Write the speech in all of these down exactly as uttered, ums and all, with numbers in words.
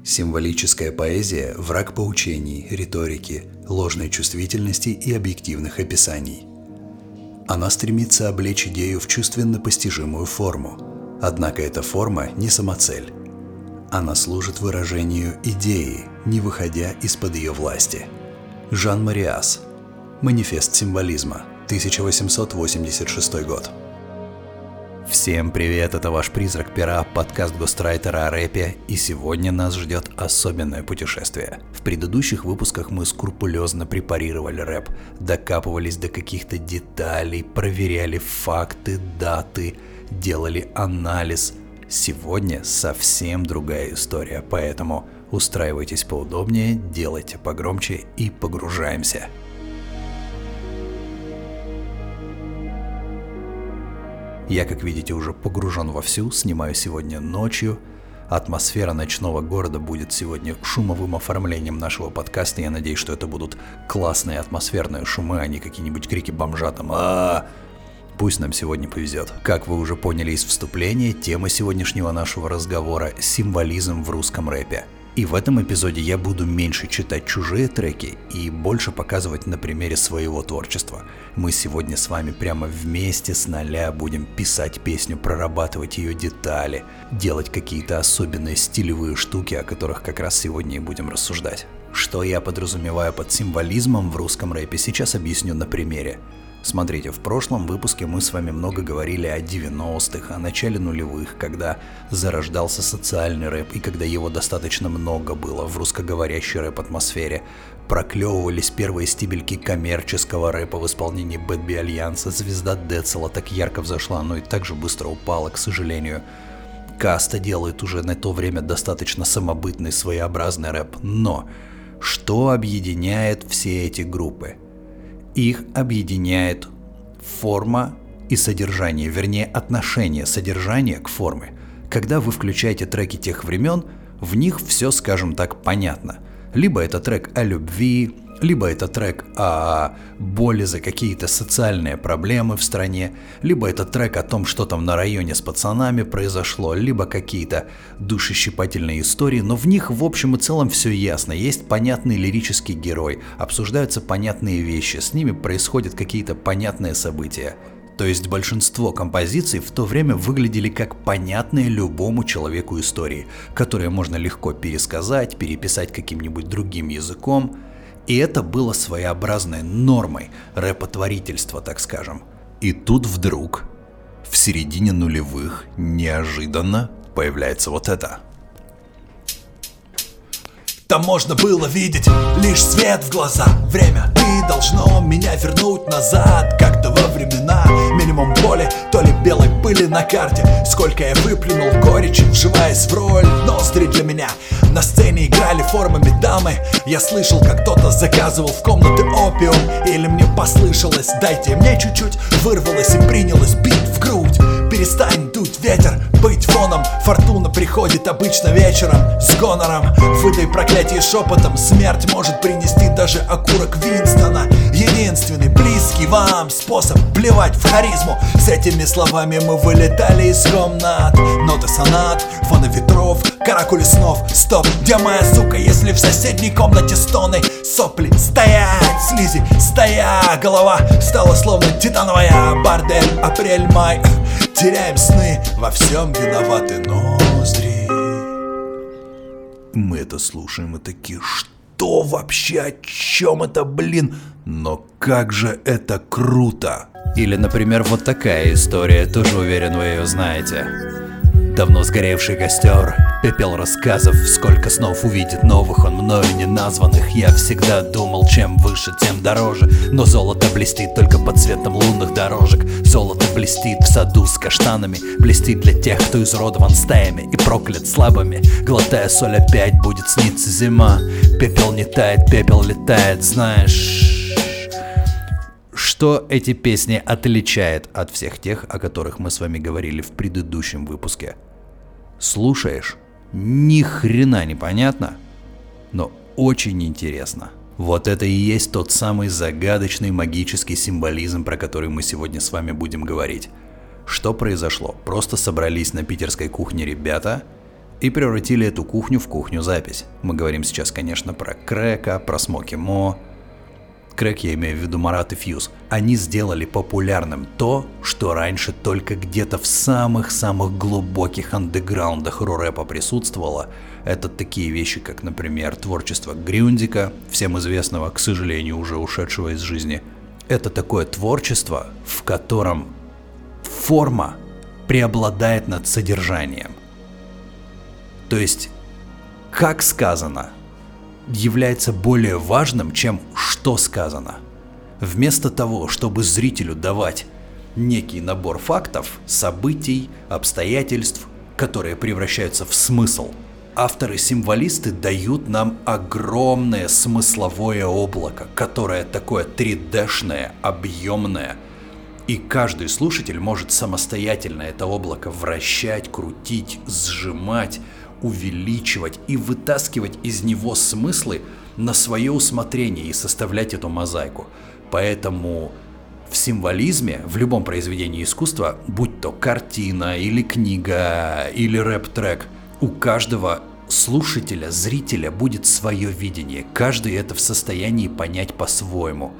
Символическая поэзия – враг поучений, риторики, ложной чувствительности и объективных описаний. Она стремится облечь идею в чувственно постижимую форму, однако эта форма не самоцель. Она служит выражению идеи, не выходя из-под ее власти. Жан Мариас. Манифест символизма. тысяча восемьсот восемьдесят шестой год. Всем привет, это ваш «Призрак пера», подкаст гострайтера о рэпе, и сегодня нас ждет особенное путешествие. В предыдущих выпусках мы скрупулезно препарировали рэп, докапывались до каких-то деталей, проверяли факты, даты, делали анализ. Сегодня совсем другая история, поэтому устраивайтесь поудобнее, делайте погромче и погружаемся. Я, как видите, уже погружен вовсю, снимаю сегодня ночью. Атмосфера ночного города будет сегодня шумовым оформлением нашего подкаста. Я надеюсь, что это будут классные атмосферные шумы, а не какие-нибудь крики бомжа там. А-а-а! Пусть нам сегодня повезет. Как вы уже поняли из вступления, тема сегодняшнего нашего разговора – символизм в русском рэпе. И в этом эпизоде я буду меньше читать чужие треки и больше показывать на примере своего творчества. Мы сегодня с вами прямо вместе с нуля будем писать песню, прорабатывать ее детали, делать какие-то особенные стилевые штуки, о которых как раз сегодня и будем рассуждать. Что я подразумеваю под символизмом в русском рэпе, сейчас объясню на примере. Смотрите, в прошлом выпуске мы с вами много говорили о девяностых, о начале нулевых, когда зарождался социальный рэп и когда его достаточно много было в русскоговорящей рэп-атмосфере. Проклевывались первые стебельки коммерческого рэпа в исполнении Бэтби Альянса, звезда Децела так ярко взошла, но и так же быстро упала, к сожалению. Каста делает уже на то время достаточно самобытный, своеобразный рэп, но что объединяет все эти группы? Их объединяет форма и содержание, вернее отношение содержания к форме. Когда вы включаете треки тех времен, в них все, скажем так, понятно. Либо это трек о любви, либо это трек о боли за какие-то социальные проблемы в стране, либо это трек о том, что там на районе с пацанами произошло, либо какие-то душещипательные истории, но в них в общем и целом все ясно. Есть понятный лирический герой, обсуждаются понятные вещи, с ними происходят какие-то понятные события. То есть большинство композиций в то время выглядели как понятные любому человеку истории, которые можно легко пересказать, переписать каким-нибудь другим языком. И это было своеобразной нормой рэпотворительства, так скажем. И тут вдруг, в середине нулевых, неожиданно появляется вот это. Там можно было видеть лишь свет в глаза. Время, ты должно меня вернуть назад, как-то во времена. Минимум боли, то ли белой пыли на карте. Сколько я выплюнул горечи, вживаясь в роль. Ноздри для меня на сцене играли формами дамы. Я слышал, как кто-то заказывал в комнаты опиум. Или мне послышалось, дайте мне чуть-чуть. Вырвалось и принялось бить в грудь. Перестань дуть ветер, быть фоном. Фортуна приходит обычно вечером с гонором. Выдай проклятие шепотом, смерть может принести даже окурок Винстона. Единственный близкий вам способ плевать в харизму. С этими словами мы вылетали из комнат. Ноты сонат, фоны ветров, каракули снов. Стоп, где моя сука, если в соседней комнате стоны? Сопли, стоять, слизи, стоя. Голова стала словно титановая. Бордель, апрель, май. Теряем сны, во всем виноваты ноздри. Мы это слушаем и такие, что вообще, о чем это, блин? Но как же это круто! Или, например, вот такая история, тоже уверен, вы ее знаете. Давно сгоревший костер, пепел рассказов, сколько снов увидит новых, он мною не названных. Я всегда думал, чем выше, тем дороже, но золото блестит только под цветом лунных дорожек. Золото блестит в саду с каштанами, блестит для тех, кто изуродован стаями и проклят слабыми. Глотая соль, опять будет сниться зима. Пепел не тает, пепел летает, знаешь. Что эти песни отличает от всех тех, о которых мы с вами говорили в предыдущем выпуске? Слушаешь, ни хрена не понятно, но очень интересно. Вот это и есть тот самый загадочный магический символизм, про который мы сегодня с вами будем говорить. Что произошло? Просто собрались на питерской кухне ребята и превратили эту кухню в кухню-запись. Мы говорим сейчас, конечно, про Крэка, про Смоки Мо. Крэк, я имею в виду Марат и Фьюз. Они сделали популярным то, что раньше только где-то в самых-самых глубоких андеграундах рэпа присутствовало. Это такие вещи, как, например, творчество Грюндика, всем известного, к сожалению, уже ушедшего из жизни. Это такое творчество, в котором форма преобладает над содержанием. То есть, как сказано, является более важным, чем что сказано. Вместо того, чтобы зрителю давать некий набор фактов, событий, обстоятельств, которые превращаются в смысл, авторы-символисты дают нам огромное смысловое облако, которое такое три дэ-шное, объемное, и каждый слушатель может самостоятельно это облако вращать, крутить, сжимать, увеличивать и вытаскивать из него смыслы на свое усмотрение и составлять эту мозаику. Поэтому в символизме, в любом произведении искусства, будь то картина или книга или рэп-трек, у каждого слушателя, зрителя будет свое видение. Каждый это в состоянии понять по-своему.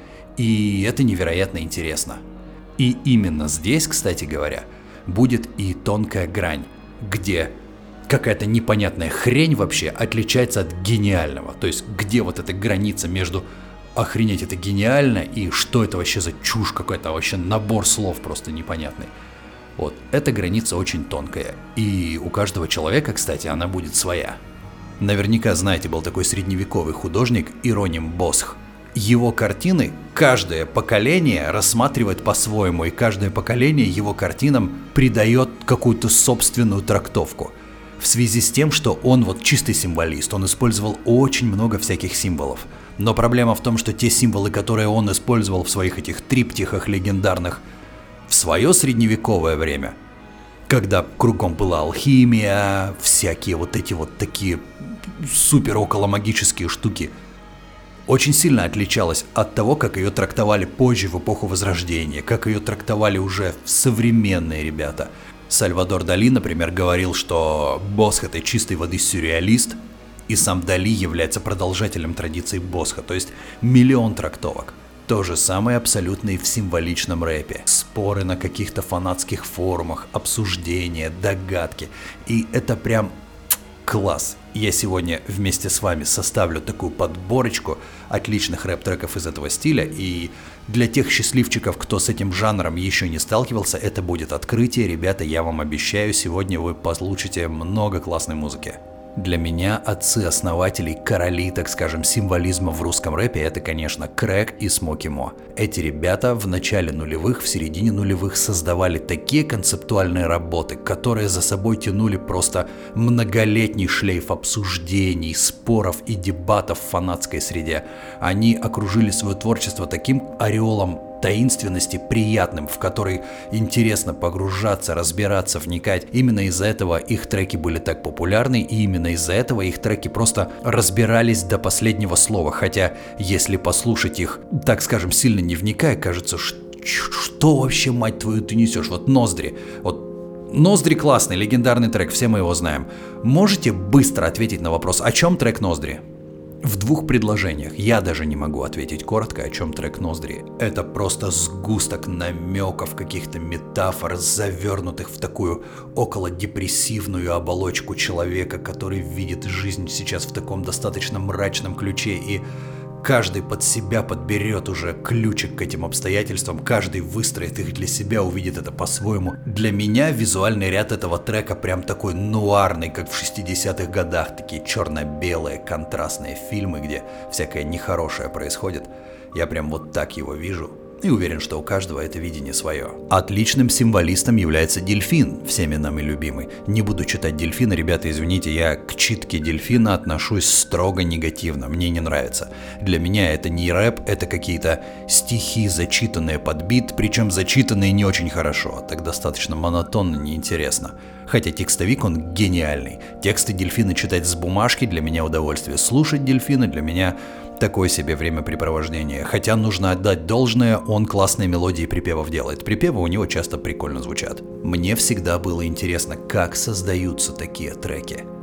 И это невероятно интересно. И именно здесь, кстати говоря, будет и тонкая грань, где какая-то непонятная хрень вообще отличается от гениального. То есть где вот эта граница между охренеть это гениально и что это вообще за чушь какой-то, вообще набор слов просто непонятный. Вот, эта граница очень тонкая. И у каждого человека, кстати, она будет своя. Наверняка знаете, был такой средневековый художник Иероним Босх. Его картины каждое поколение рассматривает по-своему, и каждое поколение его картинам придает какую-то собственную трактовку. В связи с тем, что он вот чистый символист, он использовал очень много всяких символов. Но проблема в том, что те символы, которые он использовал в своих этих триптихах легендарных в свое средневековое время, когда кругом была алхимия, всякие вот эти вот такие супер околомагические штуки, очень сильно отличалась от того, как ее трактовали позже в эпоху Возрождения, как ее трактовали уже современные ребята. Сальвадор Дали, например, говорил, что Босх — это чистой воды сюрреалист, и сам Дали является продолжателем традиции Босха, то есть миллион трактовок. То же самое абсолютно и в символичном рэпе. Споры на каких-то фанатских форумах, обсуждения, догадки. И это прям класс. Я сегодня вместе с вами составлю такую подборочку отличных рэп-треков из этого стиля, и для тех счастливчиков, кто с этим жанром еще не сталкивался, это будет открытие. Ребята, я вам обещаю, сегодня вы получите много классной музыки. Для меня отцы-основатели, короли, так скажем, символизма в русском рэпе — это, конечно, Крэк и Смоки Мо. Эти ребята в начале нулевых, в середине нулевых создавали такие концептуальные работы, которые за собой тянули просто многолетний шлейф обсуждений, споров и дебатов в фанатской среде. Они окружили свое творчество таким ореолом таинственности приятным, в который интересно погружаться, разбираться, вникать. Именно из-за этого их треки были так популярны, и именно из-за этого их треки просто разбирались до последнего слова. Хотя, если послушать их, так скажем, сильно не вникая, кажется, что, что вообще, мать твою, ты несешь? Вот «Ноздри». Вот «Ноздри» классный, легендарный трек, все мы его знаем. Можете быстро ответить на вопрос, о чем трек «Ноздри»? В двух предложениях. Я даже не могу ответить коротко, о чем трек «Ноздри». Это просто сгусток намеков, каких-то метафор, завернутых в такую околодепрессивную оболочку человека, который видит жизнь сейчас в таком достаточно мрачном ключе, и каждый под себя подберет уже ключик к этим обстоятельствам, каждый выстроит их для себя, увидит это по-своему. Для меня визуальный ряд этого трека прям такой нуарный, как в шестидесятых годах, такие черно-белые контрастные фильмы, где всякое нехорошее происходит. Я прям вот так его вижу. И уверен, что у каждого это видение свое. Отличным символистом является Дельфин, всеми нами любимый. Не буду читать Дельфина, ребята, извините, я к читке Дельфина отношусь строго негативно, мне не нравится. Для меня это не рэп, это какие-то стихи, зачитанные под бит, причем зачитанные не очень хорошо, так достаточно монотонно, неинтересно. Хотя текстовик он гениальный. Тексты Дельфина читать с бумажки для меня удовольствие, слушать Дельфина для меня такое себе времяпрепровождение. Хотя нужно отдать должное, он классные мелодии припевов делает. Припевы у него часто прикольно звучат. Мне всегда было интересно, как создаются такие треки.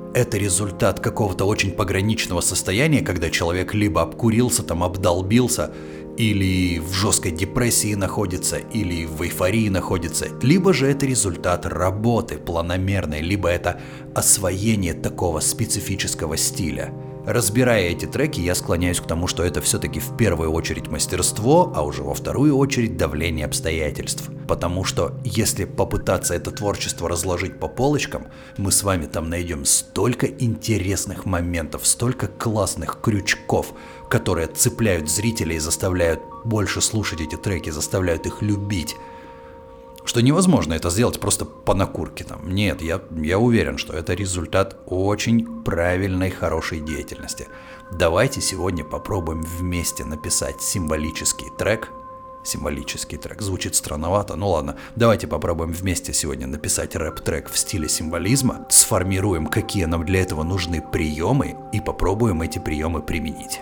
это результат какого-то очень пограничного состояния, когда человек либо обкурился, там обдолбился, или в жесткой депрессии находится, или в эйфории находится, либо же это результат работы планомерной, либо это освоение такого специфического стиля. Разбирая эти треки, я склоняюсь к тому, что это все-таки в первую очередь мастерство, а уже во вторую очередь давление обстоятельств. Потому что если попытаться это творчество разложить по полочкам, мы с вами там найдем столько интересных моментов, столько классных крючков, которые цепляют зрителей и заставляют больше слушать эти треки, заставляют их любить. Что невозможно это сделать просто по накурке там. Нет, я, я уверен, что это результат очень правильной, хорошей деятельности. Давайте сегодня попробуем вместе написать символический трек. Символический трек. Звучит странновато, ну ладно. Давайте попробуем вместе сегодня написать рэп-трек в стиле символизма, сформируем, какие нам для этого нужны приемы, и попробуем эти приемы применить.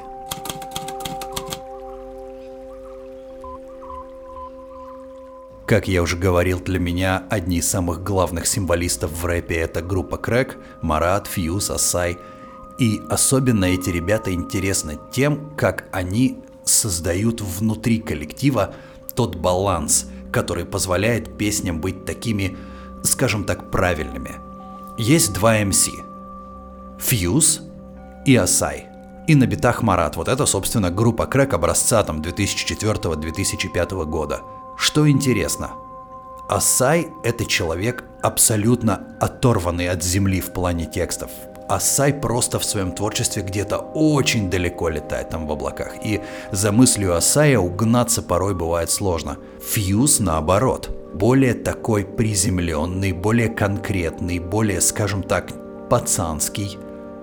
Как я уже говорил, для меня одни из самых главных символистов в рэпе — это группа Crack, Марат, Фьюз, Асай. И особенно эти ребята интересны тем, как они создают внутри коллектива тот баланс, который позволяет песням быть такими, скажем так, правильными. Есть два эм си — Фьюз и Асай. И на битах Марат. Вот это, собственно, группа Crack образца там две тысячи четвёртого — две тысячи пятого года. Что интересно, Асай — это человек абсолютно оторванный от земли в плане текстов. Асай просто в своем творчестве где-то очень далеко летает там в облаках. И за мыслью Асая угнаться порой бывает сложно. Фьюз, наоборот, более такой приземленный, более конкретный, более, скажем так, пацанский.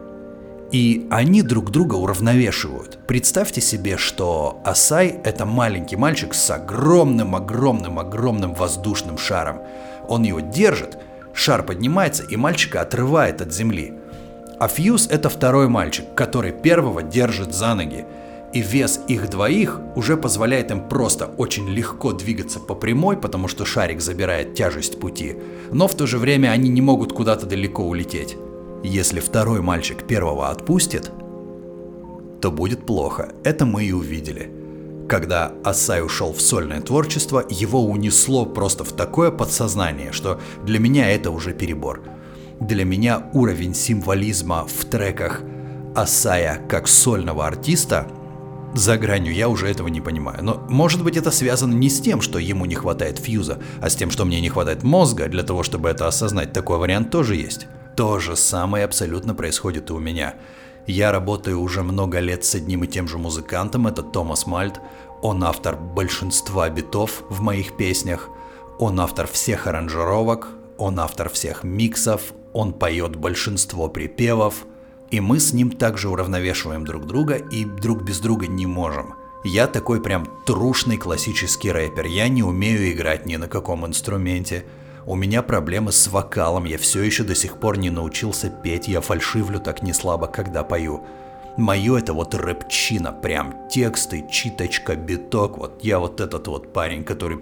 И они друг друга уравновешивают. Представьте себе, что Асай — это маленький мальчик с огромным-огромным-огромным воздушным шаром. Он его держит, шар поднимается, и мальчика отрывает от земли. А Фьюз — это второй мальчик, который первого держит за ноги. И вес их двоих уже позволяет им просто очень легко двигаться по прямой, потому что шарик забирает тяжесть пути. Но в то же время они не могут куда-то далеко улететь. Если второй мальчик первого отпустит, то будет плохо. Это мы и увидели. Когда Асай ушел в сольное творчество, его унесло просто в такое подсознание, что для меня это уже перебор. Для меня уровень символизма в треках Асая как сольного артиста за гранью, я уже этого не понимаю. Но может быть это связано не с тем, что ему не хватает фьюза, а с тем, что мне не хватает мозга для того, чтобы это осознать. Такой вариант тоже есть. То же самое абсолютно происходит и у меня. Я работаю уже много лет с одним и тем же музыкантом, это Томас Мальт. Он автор большинства битов в моих песнях, он автор всех аранжировок, он автор всех миксов, он поет большинство припевов. И мы с ним также уравновешиваем друг друга и друг без друга не можем. Я такой прям трушный классический рэпер, я не умею играть ни на каком инструменте. У меня проблемы с вокалом, я все еще до сих пор не научился петь, я фальшивлю так не слабо, когда пою. Мое это вот рэпчина, прям тексты, читочка, биток, вот я вот этот вот парень, который...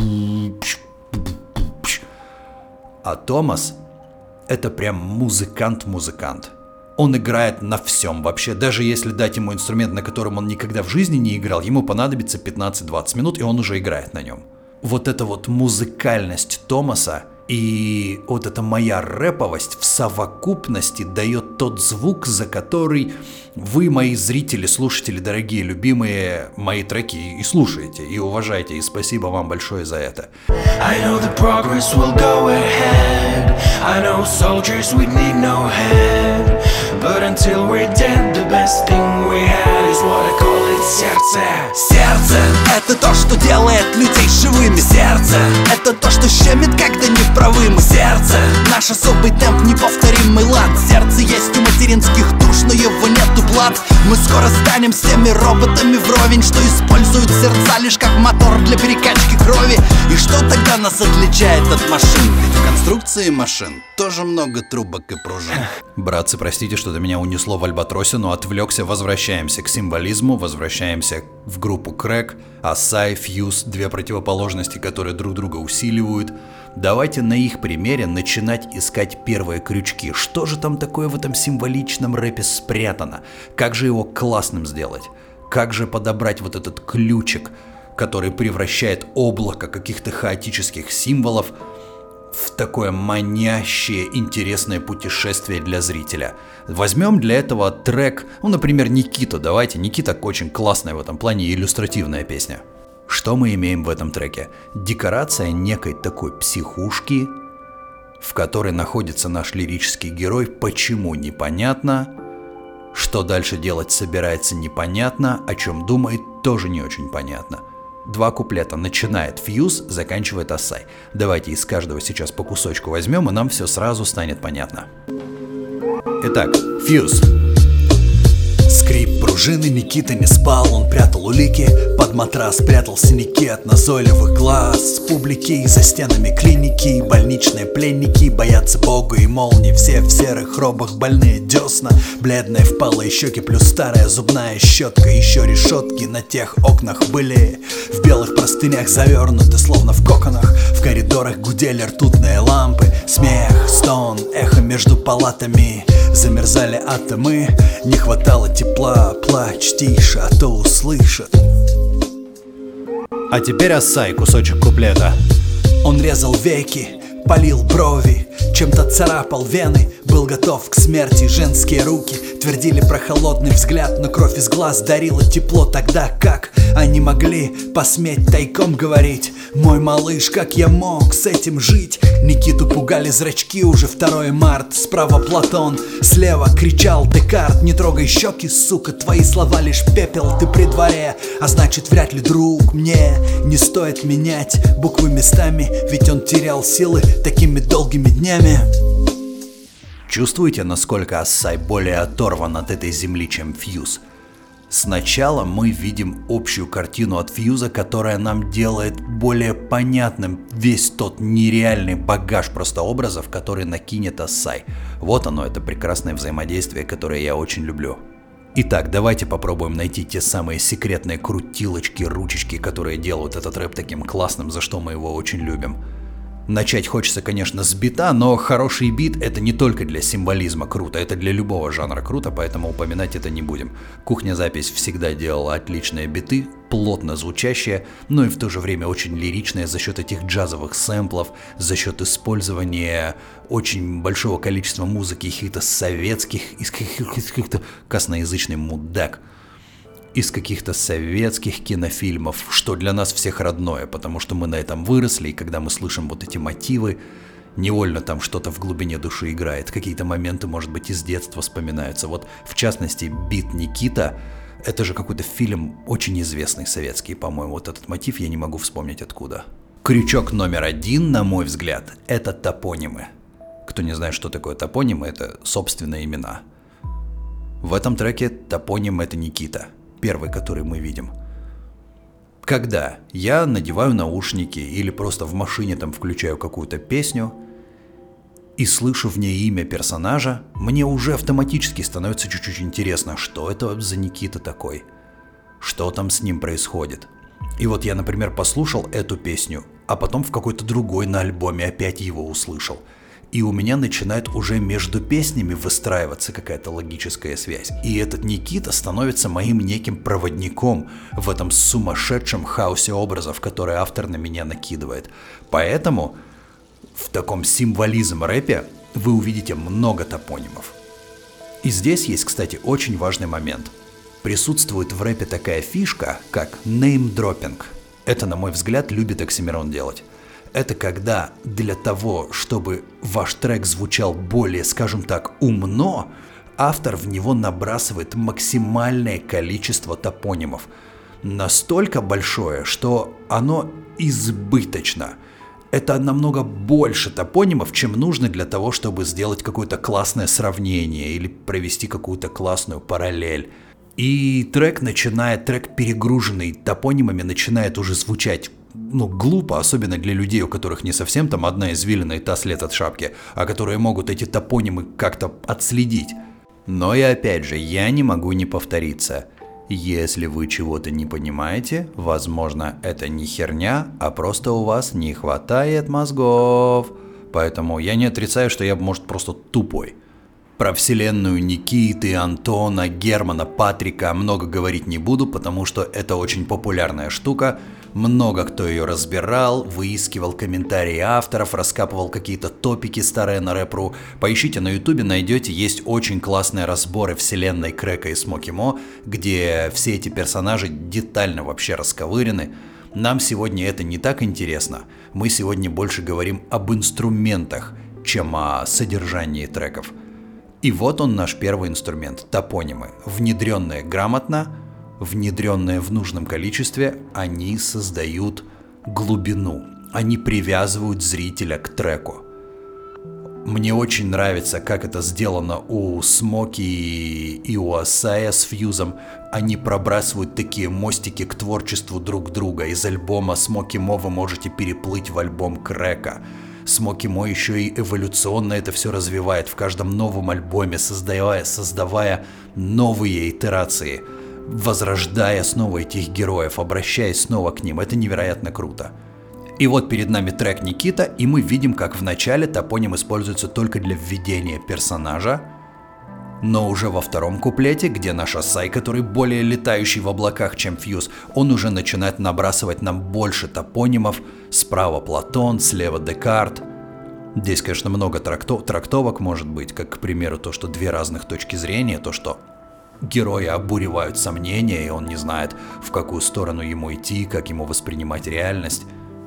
А Томас — это прям музыкант-музыкант. Он играет на всем вообще, даже если дать ему инструмент, на котором он никогда в жизни не играл, ему понадобится пятнадцать-двадцать минут, и он уже играет на нем. Вот эта вот музыкальность Томаса и вот эта моя рэповость в совокупности дает тот звук, за который вы, мои зрители, слушатели, дорогие, любимые, мои треки и слушаете, и уважаете, и спасибо вам большое за это. I know the progress will go ahead. I know soldiers we need no head. But until we're dead, the best thing we had is what I call it сердце. Сердце — это то, что делает людей живыми. Сердце — это то, что щемит, когда не вправы мы. Сердце — наш особый темп, неповторимый лад. Сердце есть у материнских душ, но его нету плат. Мы скоро станем с теми роботами вровень, что используют сердца лишь как мотор для перекачки крови. И что тогда нас отличает от машин? Ведь в конструкции машин тоже много трубок и пружин. Братцы, простите, что до меня унесло в альбатросе, но отвлекся. Возвращаемся к символизму, возвращаемся в группу Crack, Асай, Фьюз, две противоположности, которые друг друга усиливают. Давайте на их примере начинать искать первые крючки. Что же там такое в этом символичном рэпе спрятано? Как же его классным сделать? Как же подобрать вот этот ключик, который превращает облако каких-то хаотических символов в такое манящее, интересное путешествие для зрителя? Возьмем для этого трек, ну, например, Никиту. Давайте, Никита очень классная в этом плане иллюстративная песня. Что мы имеем в этом треке? Декорация некой такой психушки, в которой находится наш лирический герой. Почему? Непонятно. Что дальше делать собирается? Непонятно. О чем думает? Тоже не очень понятно. Два куплета. Начинает Фьюз, заканчивает Ассай. Давайте из каждого сейчас по кусочку возьмем, и нам все сразу станет понятно. Итак, Фьюз. Скрип пружины, Никита не спал, он прятал улики. Под матрас прятал синяки от назойливых глаз. С публики и за стенами клиники больничные пленники боятся Бога и молнии. Все в серых робах, больные десна, бледные впалые щеки, плюс старая зубная щетка. Еще решетки на тех окнах были в белых простынях завернуты, словно в коконах. В коридорах гудели ртутные лампы. Смех, стон, эхо между палатами. Замерзали атомы, не хватало тепла. Плачь тише, а то услышат. А теперь Ассай, кусочек куплета. Он резал веки, палил брови, чем-то царапал вены. Был готов к смерти, женские руки твердили про холодный взгляд, но кровь из глаз дарила тепло. Тогда как они могли посметь тайком говорить: мой малыш, как я мог с этим жить? Никиту пугали зрачки, уже второе марта. Справа Платон, слева кричал Декарт: не трогай щеки, сука, твои слова лишь пепел, ты при дворе, а значит вряд ли друг. Мне не стоит менять буквы местами, ведь он терял силы такими долгими днями. Чувствуете, насколько Ассай более оторван от этой земли, чем Фьюз? Сначала мы видим общую картину от Фьюза, которая нам делает более понятным весь тот нереальный багаж просто образов, который накинет Ассай. Вот оно, это прекрасное взаимодействие, которое я очень люблю. Итак, давайте попробуем найти те самые секретные крутилочки, ручечки, которые делают этот рэп таким классным, за что мы его очень любим. Начать хочется, конечно, с бита, но хороший бит — это не только для символизма круто, это для любого жанра круто, поэтому упоминать это не будем. Кухня-запись всегда делала отличные биты, плотно звучащие, но и в то же время очень лиричные за счет этих джазовых сэмплов, за счет использования очень большого количества музыки каких-то советских, из каких-то косноязычный мудак. Из каких-то советских кинофильмов, что для нас всех родное, потому что мы на этом выросли, и когда мы слышим вот эти мотивы, невольно там что-то в глубине души играет, какие-то моменты, может быть, из детства вспоминаются. Вот, в частности, бит Никита, это же какой-то фильм очень известный советский, по-моему, вот этот мотив я не могу вспомнить откуда. Крючок номер один, на мой взгляд, это топонимы. Кто не знает, что такое топонимы, это собственные имена. В этом треке топоним — это Никита. Первый, который мы видим. Когда я надеваю наушники или просто в машине там включаю какую-то песню и слышу в ней имя персонажа, мне уже автоматически становится чуть-чуть интересно, что это за Никита такой, что там с ним происходит. И вот я, например, послушал эту песню, а потом в какой-то другой на альбоме опять его услышал. И у меня начинает уже между песнями выстраиваться какая-то логическая связь. И этот Никита становится моим неким проводником в этом сумасшедшем хаосе образов, который автор на меня накидывает. Поэтому в таком символизм-рэпе вы увидите много топонимов. И здесь есть, кстати, очень важный момент. Присутствует в рэпе такая фишка, как неймдропинг. Это, на мой взгляд, любит Оксимирон делать. Это когда для того, чтобы ваш трек звучал более, скажем так, умно, автор в него набрасывает максимальное количество топонимов. Настолько большое, что оно избыточно. Это намного больше топонимов, чем нужно для того, чтобы сделать какое-то классное сравнение или провести какую-то классную параллель. И трек начинает, трек перегруженный топонимами начинает уже звучать ну, глупо, особенно для людей, у которых не совсем там одна извилина и та след от шапки, а которые могут эти топонимы как-то отследить. Но и опять же, я не могу не повториться. Если вы чего-то не понимаете, возможно, это не херня, а просто у вас не хватает мозгов. Поэтому я не отрицаю, что я, может, просто тупой. Про вселенную Никиты, Антона, Германа, Патрика много говорить не буду, потому что это очень популярная штука. Много кто ее разбирал, выискивал комментарии авторов, раскапывал какие-то топики старые на рэп.ру. Поищите на ютубе, найдете, есть очень классные разборы вселенной Крека и Смоки Мо, где все эти персонажи детально вообще расковырены. Нам сегодня это не так интересно. Мы сегодня больше говорим об инструментах, чем о содержании треков. И вот он, наш первый инструмент – топонимы. Внедренные грамотно, внедренные в нужном количестве, они создают глубину. Они привязывают зрителя к треку. Мне очень нравится, как это сделано у Смоки и у Асая с Фьюзом. Они пробрасывают такие мостики к творчеству друг друга. Из альбома Смоки Мо вы можете переплыть в альбом Крека. Смоки Мо еще и эволюционно это все развивает в каждом новом альбоме, создавая, создавая новые итерации, возрождая снова этих героев, обращаясь снова к ним. Это невероятно круто. И вот перед нами трек Никита, и мы видим, как в начале топоним используется только для введения персонажа, но уже во втором куплете, где наш Асай, который более летающий в облаках, чем Фьюз, он уже начинает набрасывать нам больше топонимов. Справа Платон, слева Декарт. Здесь, конечно, много тракто- трактовок может быть, как, к примеру, то, что две разных точки зрения, то, что герои обуревают сомнения, и он не знает, в какую сторону ему идти, как ему воспринимать реальность.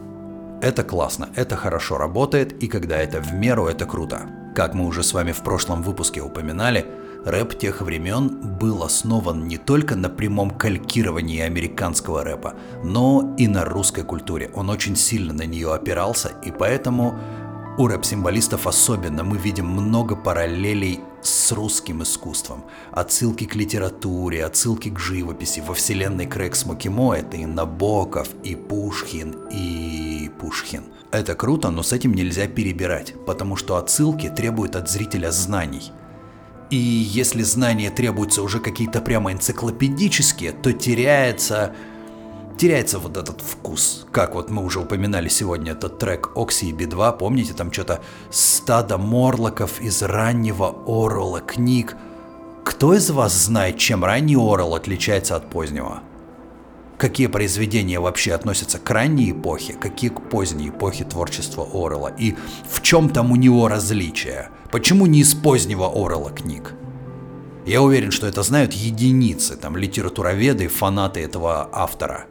Это классно, это хорошо работает, и когда это в меру, это круто. Как мы уже с вами в прошлом выпуске упоминали, рэп тех времен был основан не только на прямом калькировании американского рэпа, но и на русской культуре. Он очень сильно на нее опирался, и поэтому у рэп-символистов особенно мы видим много параллелей с русским искусством. Отсылки к литературе, отсылки к живописи. Во вселенной Крек Смоки Мо это и Набоков, и Пушкин, и Пушкин. Это круто, но с этим нельзя перебирать, потому что отсылки требуют от зрителя знаний. И если знания требуются уже какие-то прямо энциклопедические, то теряется... Теряется вот этот вкус. Как вот мы уже упоминали сегодня этот трек Окси и Би два. Помните, там что-то стадо морлоков из раннего Оруэлла книг. Кто из вас знает, чем ранний Оруэлл отличается от позднего? Какие произведения вообще относятся к ранней эпохе, какие к поздней эпохе творчества Оруэлла? И в чем там у него различия? Почему не из позднего Оруэлла книг? Я уверен, что это знают единицы, там, литературоведы, фанаты этого автора.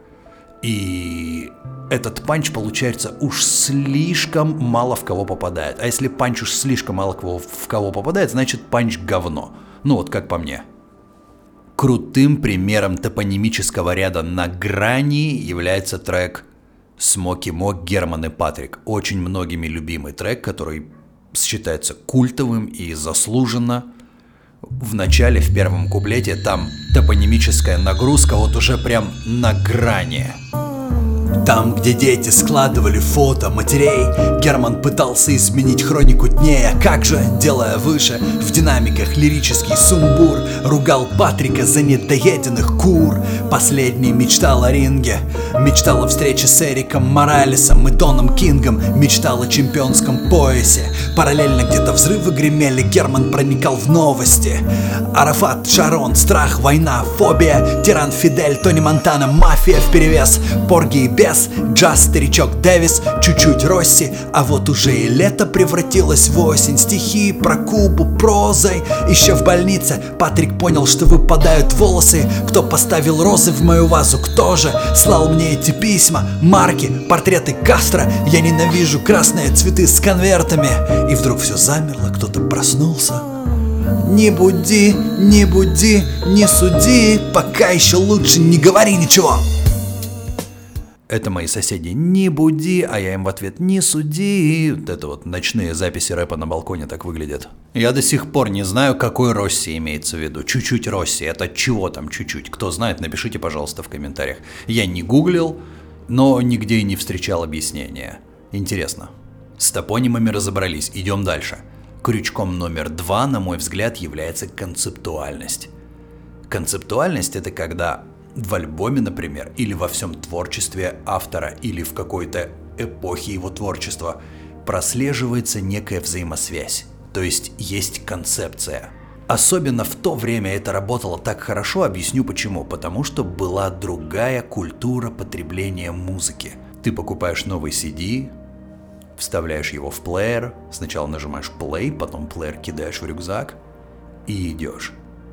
И этот панч, получается, уж слишком мало в кого попадает. А если панч уж слишком мало в кого попадает, значит панч говно. Ну вот как по мне. Крутым примером топонимического ряда на грани является трек Смоки Мо, Герман и Патрик. Очень многими любимый трек, который считается культовым и заслуженно. В начале, в первом куплете, там топонимическая нагрузка вот уже прям на грани. Там, где дети складывали фото матерей, Герман пытался изменить хронику дней, а как же, делая выше, в динамиках лирический сумбур, ругал Патрика за недоеденных кур. Последний мечтал о ринге, мечтал о встрече с Эриком Моралесом и Доном Кингом, мечтал о чемпионском поясе. Параллельно где-то взрывы гремели, Герман проникал в новости. Арафат, Шарон, страх, война, фобия, тиран Фидель, Тони Монтана, мафия вперевес, Порги и Бес, джаз, старичок Дэвис, чуть-чуть Росси, а вот уже и лето превратилось в осень. Стихи про Кубу прозой. Еще в больнице Патрик понял, что выпадают волосы. Кто поставил розы в мою вазу, кто же слал мне эти письма, марки, портреты Кастро. Я ненавижу красные цветы с конвертами. И вдруг все замерло, кто-то проснулся. Не буди, не буди, не суди, пока еще лучше не говори ничего. Это мои соседи «не буди», а я им в ответ «не суди». Вот это вот ночные записи рэпа на балконе так выглядят. Я до сих пор не знаю, какой Росси имеется в виду. Чуть-чуть Росси. Это чего там чуть-чуть? Кто знает, напишите, пожалуйста, в комментариях. Я не гуглил, но нигде и не встречал объяснения. Интересно. С топонимами разобрались. Идем дальше. Крючком номер два, на мой взгляд, является концептуальность. Концептуальность — это когда в альбоме, например, или во всем творчестве автора, или в какой-то эпохе его творчества прослеживается некая взаимосвязь, то есть есть концепция. Особенно в то время это работало так хорошо, объясню почему. Потому что была другая культура потребления музыки. Ты покупаешь новый си ди, вставляешь его в плеер, сначала нажимаешь play, потом плеер кидаешь в рюкзак и идешь.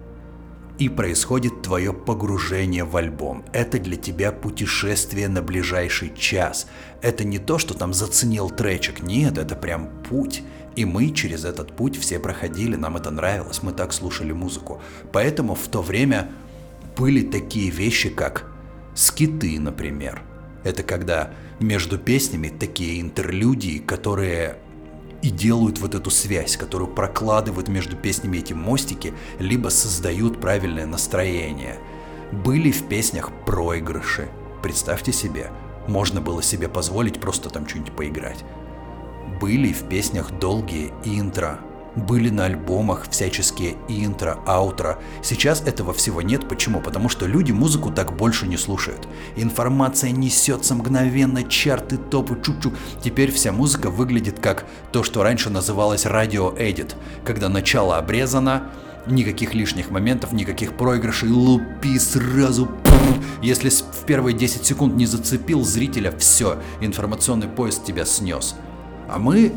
И происходит твое погружение в альбом. Это для тебя путешествие на ближайший час. Это не то, что там заценил тречек. Нет, это прям путь. И мы через этот путь все проходили, нам это нравилось, мы так слушали музыку. Поэтому в то время были такие вещи, как скиты, например. Это когда между песнями такие интерлюдии, которые и делают вот эту связь, которую прокладывают между песнями эти мостики, либо создают правильное настроение. Были в песнях проигрыши. Представьте себе, можно было себе позволить просто там что-нибудь поиграть. Были в песнях долгие интро. Были на альбомах всяческие интро, аутро. Сейчас этого всего нет. Почему? Потому что люди музыку так больше не слушают. Информация несется мгновенно, чарты, топы, чук-чук. Теперь вся музыка выглядит как то, что раньше называлось радио-эдит. Когда начало обрезано, никаких лишних моментов, никаких проигрышей, лупи сразу. Пум. Если в первые десять секунд не зацепил зрителя, все, информационный поезд тебя снес. А мы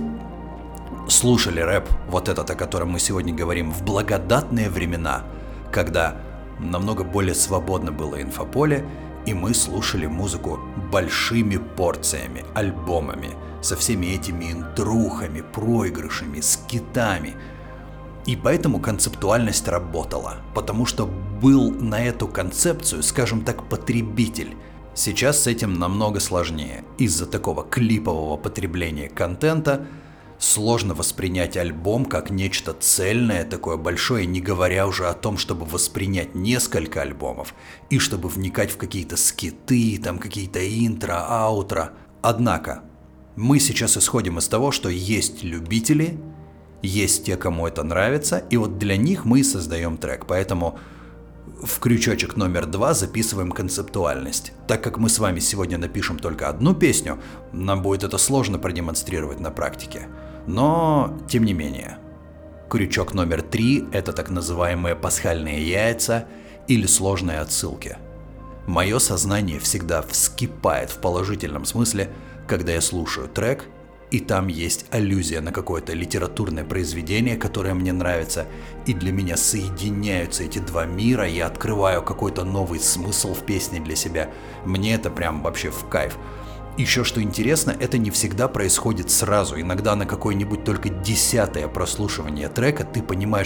слушали рэп, вот этот, о котором мы сегодня говорим, в благодатные времена, когда намного более свободно было инфополе, и мы слушали музыку большими порциями, альбомами, со всеми этими интрухами, проигрышами, скитами. И поэтому концептуальность работала, потому что был на эту концепцию, скажем так, потребитель. Сейчас с этим намного сложнее. Из-за такого клипового потребления контента сложно воспринять альбом как нечто цельное, такое большое, не говоря уже о том, чтобы воспринять несколько альбомов и чтобы вникать в какие-то скиты, там какие-то интро, аутро. Однако мы сейчас исходим из того, что есть любители, есть те, кому это нравится, и вот для них мы создаем трек. Поэтому в крючочек номер два записываем концептуальность. Так как мы с вами сегодня напишем только одну песню, нам будет это сложно продемонстрировать на практике. Но, тем не менее, крючок номер три – это так называемые пасхальные яйца или сложные отсылки. Мое сознание всегда вскипает в положительном смысле, когда я слушаю трек, и там есть аллюзия на какое-то литературное произведение, которое мне нравится, и для меня соединяются эти два мира, я открываю какой-то новый смысл в песне для себя. Мне это прям вообще в кайф. Еще что интересно, это не всегда происходит сразу. Иногда на какое-нибудь только десятое прослушивание трека ты понимаешь: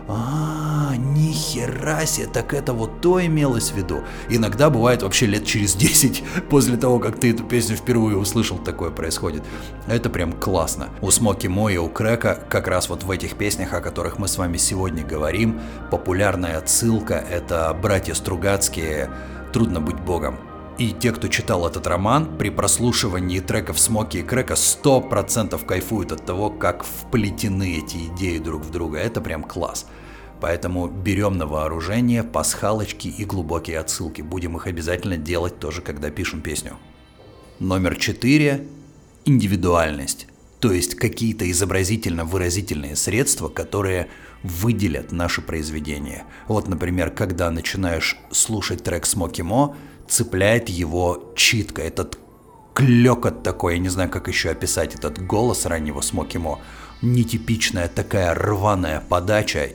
а, нихера себе, так это вот то имелось в виду. Иногда бывает вообще лет через десять после того, как ты эту песню впервые услышал, такое происходит. Это прям классно. У Смоки Мо и у Крэка как раз вот в этих песнях, о которых мы с вами сегодня говорим, популярная отсылка — это братья Стругацкие «Трудно быть богом». И те, кто читал этот роман, при прослушивании треков Смоки и Крэка сто процентов кайфуют от того, как вплетены эти идеи друг в друга. Это прям класс. Поэтому берем на вооружение пасхалочки и глубокие отсылки. Будем их обязательно делать тоже, когда пишем песню. Номер четыре. Индивидуальность. То есть какие-то изобразительно-выразительные средства, которые выделят наше произведение. Вот, например, когда начинаешь слушать трек Смоки Мо, цепляет его читка, этот клёкот такой, я не знаю, как еще описать этот голос раннего Смоки Мо. Нетипичная такая рваная подача,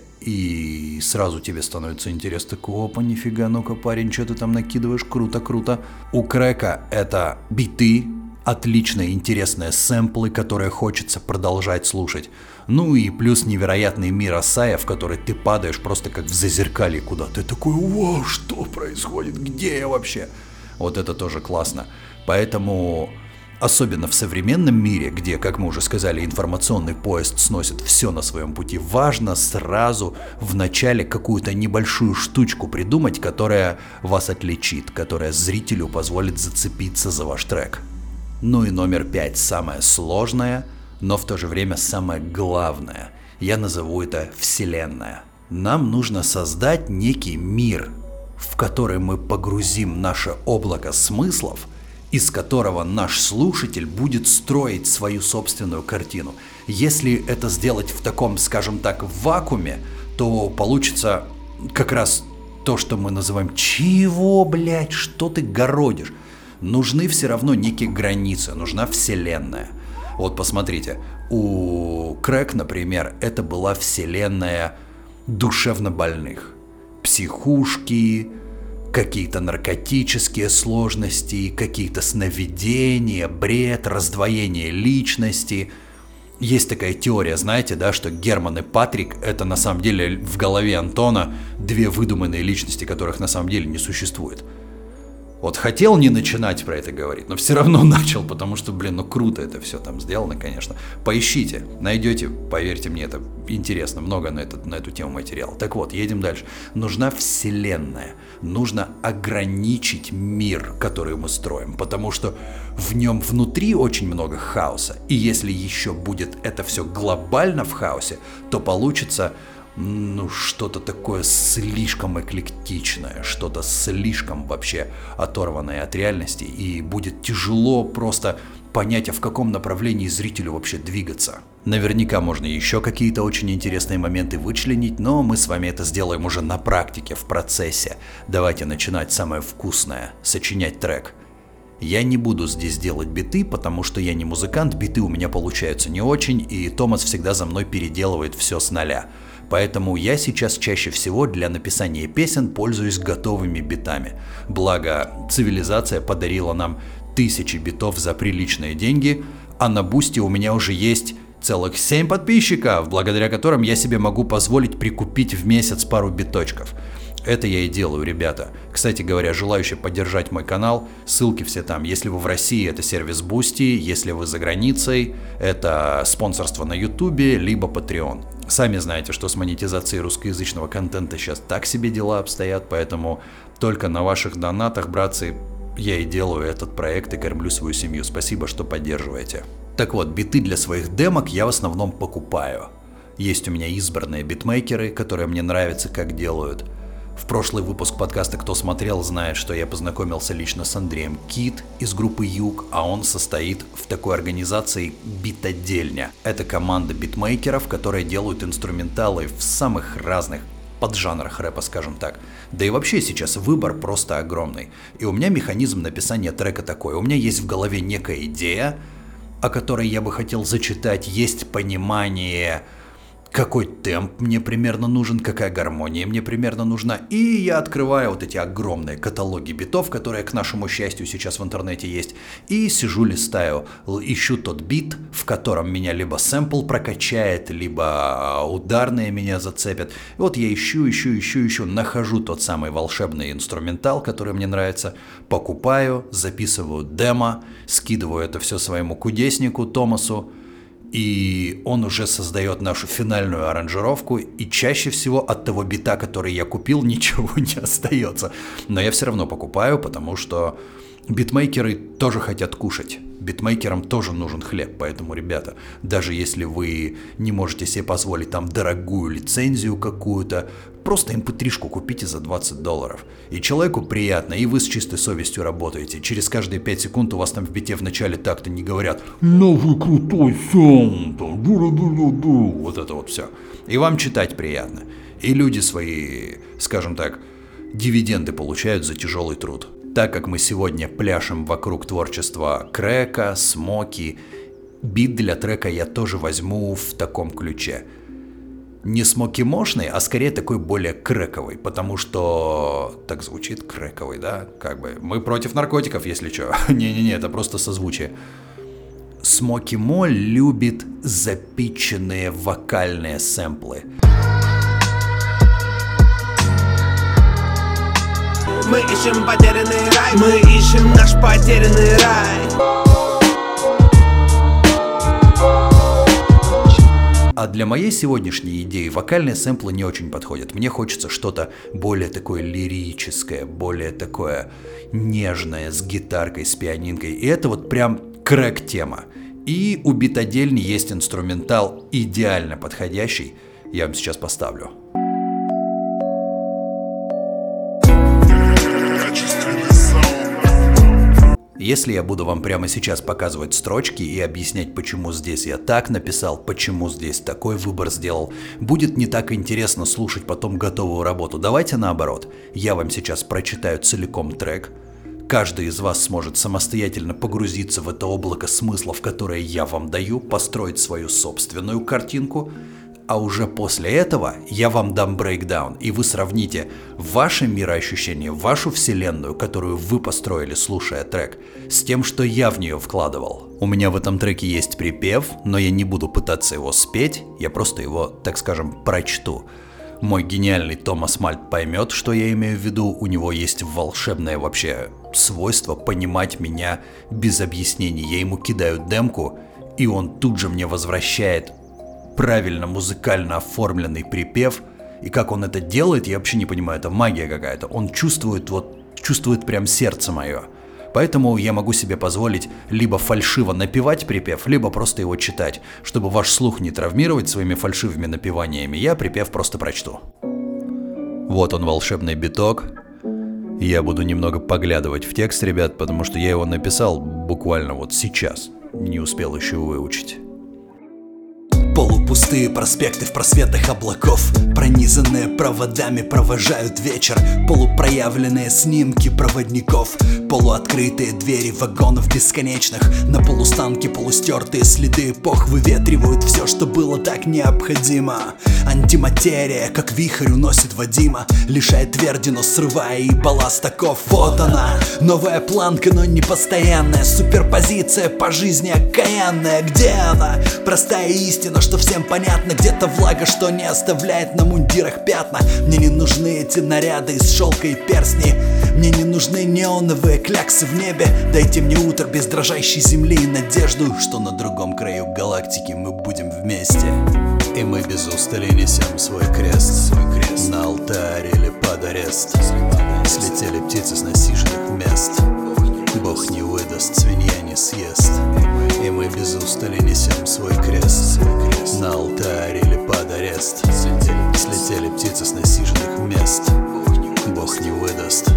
и сразу тебе становится интересно: опа, нифига, ну-ка, парень, что ты там накидываешь, круто, круто. У Крэка это биты, отличные, интересные сэмплы, которые хочется продолжать слушать. Ну и плюс невероятный мир Асая, в который ты падаешь просто как в зазеркалье куда-то. Ты такой: вау, что происходит, где я вообще? Вот это тоже классно. Поэтому, особенно в современном мире, где, как мы уже сказали, информационный поезд сносит все на своем пути, важно сразу в начале какую-то небольшую штучку придумать, которая вас отличит, которая зрителю позволит зацепиться за ваш трек. Ну и номер пять, самое сложное, но в то же время самое главное. Я назову это вселенная. Нам нужно создать некий мир, в который мы погрузим наше облако смыслов, из которого наш слушатель будет строить свою собственную картину. Если это сделать в таком, скажем так, вакууме, то получится как раз то, что мы называем «Чего, блядь, что ты городишь?» Нужны все равно некие границы, нужна вселенная. Вот посмотрите, у Crack, например, это была вселенная душевно больных. Психушки, какие-то наркотические сложности, какие-то сновидения, бред, раздвоение личности. Есть такая теория, знаете, да, что Герман и Патрик — это на самом деле в голове Антона две выдуманные личности, которых на самом деле не существует. Вот хотел не начинать про это говорить, но все равно начал, потому что, блин, ну круто это все там сделано, конечно. Поищите, найдете, поверьте мне, это интересно, много на, это, на эту тему материала. Так вот, едем дальше. Нужна вселенная, нужно ограничить мир, который мы строим, потому что в нем внутри очень много хаоса. И если еще будет это все глобально в хаосе, то получится... ну, что-то такое слишком эклектичное, что-то слишком вообще оторванное от реальности, и будет тяжело просто понять, а в каком направлении зрителю вообще двигаться. Наверняка можно еще какие-то очень интересные моменты вычленить, но мы с вами это сделаем уже на практике, в процессе. Давайте начинать самое вкусное – сочинять трек. Я не буду здесь делать биты, потому что я не музыкант, биты у меня получаются не очень, и Томас всегда за мной переделывает все с нуля. Поэтому я сейчас чаще всего для написания песен пользуюсь готовыми битами. Благо, цивилизация подарила нам тысячи битов за приличные деньги, а на Бусти у меня уже есть целых семь подписчиков, благодаря которым я себе могу позволить прикупить в месяц пару биточков. Это я и делаю, ребята. Кстати говоря, желающие поддержать мой канал, ссылки все там. Если вы в России, это сервис Boosty, если вы за границей, это спонсорство на Ютубе, либо Patreon. Сами знаете, что с монетизацией русскоязычного контента сейчас так себе дела обстоят, поэтому только на ваших донатах, братцы, я и делаю этот проект и кормлю свою семью. Спасибо, что поддерживаете. Так вот, биты для своих демок я в основном покупаю. Есть у меня избранные битмейкеры, которые мне нравятся, как делают. В прошлый выпуск подкаста «Кто смотрел» знает, что я познакомился лично с Андреем Кит из группы Юг, а он состоит в такой организации «Битодельня». Это команда битмейкеров, которые делают инструменталы в самых разных поджанрах рэпа, скажем так. Да и вообще сейчас выбор просто огромный. И у меня механизм написания трека такой. У меня есть в голове некая идея, о которой я бы хотел зачитать, есть понимание... какой темп мне примерно нужен, какая гармония мне примерно нужна. И я открываю вот эти огромные каталоги битов, которые, к нашему счастью, сейчас в интернете есть, и сижу, листаю, ищу тот бит, в котором меня либо сэмпл прокачает, либо ударные меня зацепят. И вот я ищу, ищу, ищу, ищу, нахожу тот самый волшебный инструментал, который мне нравится, покупаю, записываю демо, скидываю это все своему кудеснику Томасу, и он уже создает нашу финальную аранжировку, и чаще всего от того бита, который я купил, ничего не остается. Но я все равно покупаю, потому что битмейкеры тоже хотят кушать. Битмейкерам тоже нужен хлеб, поэтому, ребята, даже если вы не можете себе позволить там дорогую лицензию какую-то, просто эм пэ три-шку купите за двадцать долларов. И человеку приятно, и вы с чистой совестью работаете. Через каждые пять секунд у вас там в бите в начале так-то не говорят «Новый крутой саунд», вот это вот все. И вам читать приятно. И люди свои, скажем так, дивиденды получают за тяжелый труд. Так как мы сегодня пляшем вокруг творчества Крэка, Смоки, бит для трека я тоже возьму в таком ключе. Не смоки-мошный, а скорее такой более крэковый, потому что... Так звучит крэковый, да? Как бы мы против наркотиков, если что. Не-не-не, это просто созвучие. Смоки Мо любит запиченные вокальные сэмплы. Мы ищем потерянный рай, мы ищем наш потерянный рай. А для моей сегодняшней идеи вокальные сэмплы не очень подходят. Мне хочется что-то более такое лирическое, более такое нежное, с гитаркой, с пианинкой. И это вот прям крэк-тема. И у битодельни есть инструментал идеально подходящий. Я вам сейчас поставлю. Если я буду вам прямо сейчас показывать строчки и объяснять, почему здесь я так написал, почему здесь такой выбор сделал, будет не так интересно слушать потом готовую работу. Давайте наоборот. Я вам сейчас прочитаю целиком трек. Каждый из вас сможет самостоятельно погрузиться в это облако смыслов, которое я вам даю, построить свою собственную картинку. А уже после этого я вам дам брейкдаун, и вы сравните ваше мироощущение, вашу вселенную, которую вы построили, слушая трек, с тем, что я в нее вкладывал. У меня в этом треке есть припев, но я не буду пытаться его спеть, я просто его, так скажем, прочту. Мой гениальный Томас Мальт поймет, что я имею в виду, у него есть волшебное вообще свойство понимать меня без объяснений. Я ему кидаю демку, и он тут же мне возвращает правильно музыкально оформленный припев, и как он это делает, я вообще не понимаю, это магия какая-то. Он чувствует, вот, чувствует прям сердце мое. Поэтому я могу себе позволить либо фальшиво напевать припев, либо просто его читать. Чтобы ваш слух не травмировать своими фальшивыми напеваниями, я припев просто прочту. Вот он, волшебный биток. Я буду немного поглядывать в текст, ребят, потому что я его написал буквально вот сейчас. Не успел еще выучить. Полупустые проспекты в просветах облаков, пронизанные проводами, провожают вечер. Полупроявленные снимки проводников, полуоткрытые двери вагонов бесконечных. На полустанке полустертые следы эпох выветривают все, что было так необходимо. Антиматерия, как вихрь, уносит Вадима, лишает твердину, срывая и балласт оков. Вот она, новая планка, но не постоянная. Суперпозиция по жизни окаянная. Где она? Простая истина, что всем понятно. Где-то влага, что не оставляет на мундирах пятна. Мне не нужны эти наряды из шелка и перстни. Мне не нужны неоновые кляксы в небе. Дайте мне утро без дрожащей земли и надежду, что на другом краю галактики мы будем вместе. И мы без устали несем свой крест, свой крест. На алтарь или под арест. Слетели птицы с насиженных мест. Бог не выдаст, свинья не съест. И мы без устали несем свой крест, свой крест. На алтарь или под арест. Слетели, слетели птицы с насиженных мест. Бог не выдаст.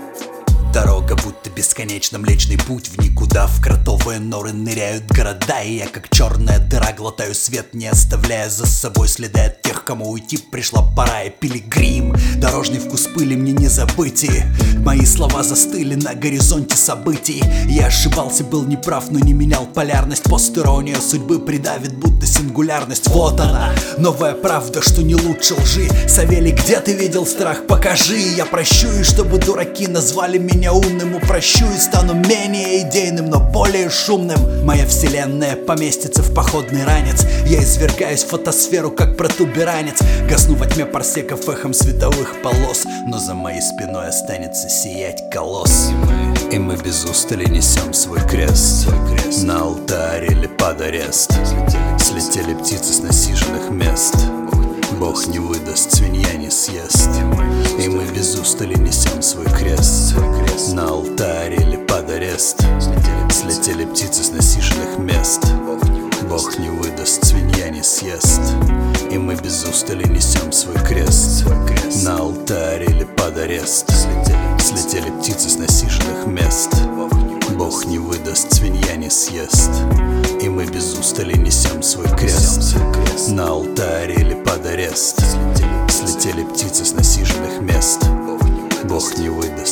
Дорога будто бесконечно, млечный путь в никуда. В кротовые норы ныряют города, и я как черная дыра глотаю свет, не оставляя за собой следы от тех, кому уйти пришла пора. И пилигрим, дорожный вкус пыли мне не забыти. Мои слова застыли на горизонте событий. Я ошибался, был неправ, но не менял полярность. Постерония судьбы придавит, будто сингулярность. Вот она, новая правда, что не лучше лжи. Савелий, где ты видел страх? Покажи, я прощу, и чтобы дураки назвали меня меня умным, упрощу и стану менее идейным, но более шумным. Моя вселенная поместится в походный ранец. Я извергаюсь в фотосферу, как протуберанец. Гасну во тьме парсеков эхом световых полос, но за моей спиной останется сиять колосс. И мы без устали несем свой крест, свой крест. На алтарь или под арест. Слетели, слетели птицы с насиженных мест. Бог не выдаст, свинья не съест. И мы без устали несем свой крест, свой крест. На алтарь или под арест. Слетели, слетели птицы с насиженных мест. Бог не выдаст, свинья не съест. И мы без устали несем свой крест, свой крест. На алтарь или под арест. Слетели, слетели птицы с насиженных мест. Бог не выдаст, свинья не съест. И мы без устали несем свой крест, на алтарь или под арест. Слетели, слетели птицы с насиженных мест. Бог не выдаст.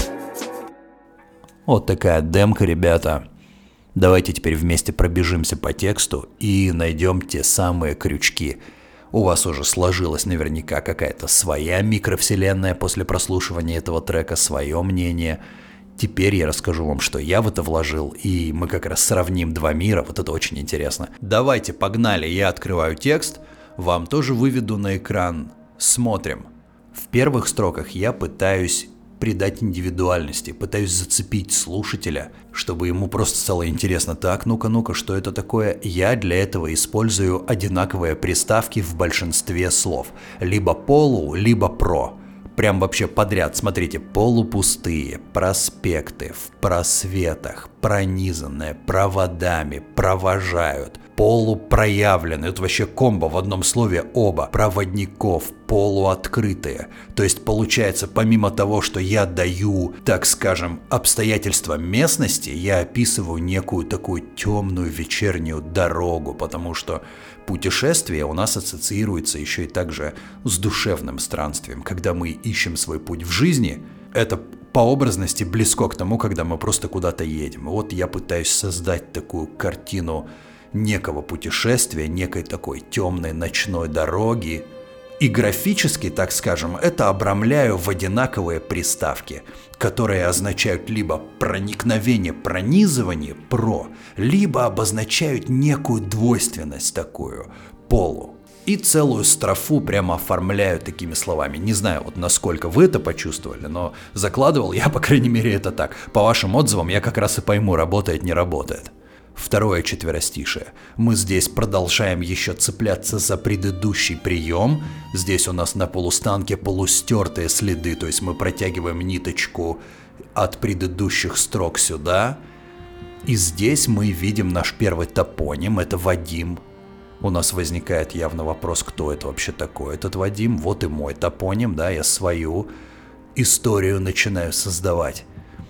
Вот такая демка, ребята. Давайте теперь вместе пробежимся по тексту и найдем те самые крючки. У вас уже сложилась наверняка какая-то своя микровселенная после прослушивания этого трека, свое мнение. Теперь я расскажу вам, что я в это вложил, и мы как раз сравним два мира, вот это очень интересно. Давайте, погнали, я открываю текст, вам тоже выведу на экран. Смотрим. В первых строках я пытаюсь придать индивидуальности, пытаюсь зацепить слушателя, чтобы ему просто стало интересно. Так, ну-ка, ну-ка, что это такое? Я для этого использую одинаковые приставки в большинстве слов. Либо полу, либо про. Прям вообще подряд, смотрите, полупустые, проспекты, в просветах, пронизанные, проводами, провожают, полупроявленные, это вообще комбо в одном слове оба, проводников, полуоткрытые. То есть получается, помимо того, что я даю, так скажем, обстоятельства местности, я описываю некую такую темную вечернюю дорогу, потому что путешествие у нас ассоциируется еще и также с душевным странствием. Когда мы ищем свой путь в жизни, это по образности близко к тому, когда мы просто куда-то едем. Вот я пытаюсь создать такую картину некого путешествия, некой такой темной ночной дороги. И графически, так скажем, это обрамляю в одинаковые приставки, которые означают либо проникновение, пронизывание, про, либо обозначают некую двойственность такую, полу. И целую строфу прямо оформляю такими словами. Не знаю, вот насколько вы это почувствовали, но закладывал я, по крайней мере, это так. По вашим отзывам я как раз и пойму, работает, не работает. Второе четверостишее. Мы здесь продолжаем еще цепляться за предыдущий прием. Здесь у нас на полустанке полустертые следы, то есть мы протягиваем ниточку от предыдущих строк сюда. И здесь мы видим наш первый топоним, это Вадим. У нас возникает явно вопрос, кто это вообще такой, этот Вадим. Вот и мой топоним, да, я свою историю начинаю создавать.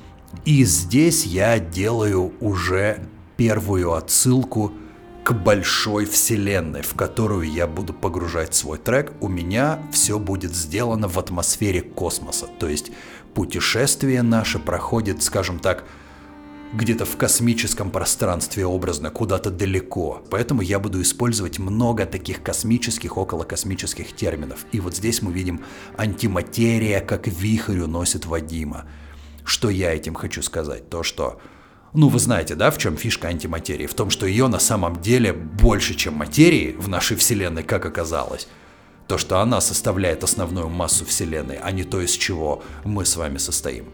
И здесь я делаю уже первую отсылку к большой вселенной, в которую я буду погружать свой трек. У меня все будет сделано в атмосфере космоса. То есть путешествие наше проходит, скажем так, где-то в космическом пространстве образно, куда-то далеко. Поэтому я буду использовать много таких космических, околокосмических терминов. И вот здесь мы видим антиматерия, как вихрь уносит Вадима. Что я этим хочу сказать? То, что... Ну, вы знаете, да, в чем фишка антиматерии? В том, что ее на самом деле больше, чем материи в нашей Вселенной, как оказалось. То, что она составляет основную массу Вселенной, а не то, из чего мы с вами состоим.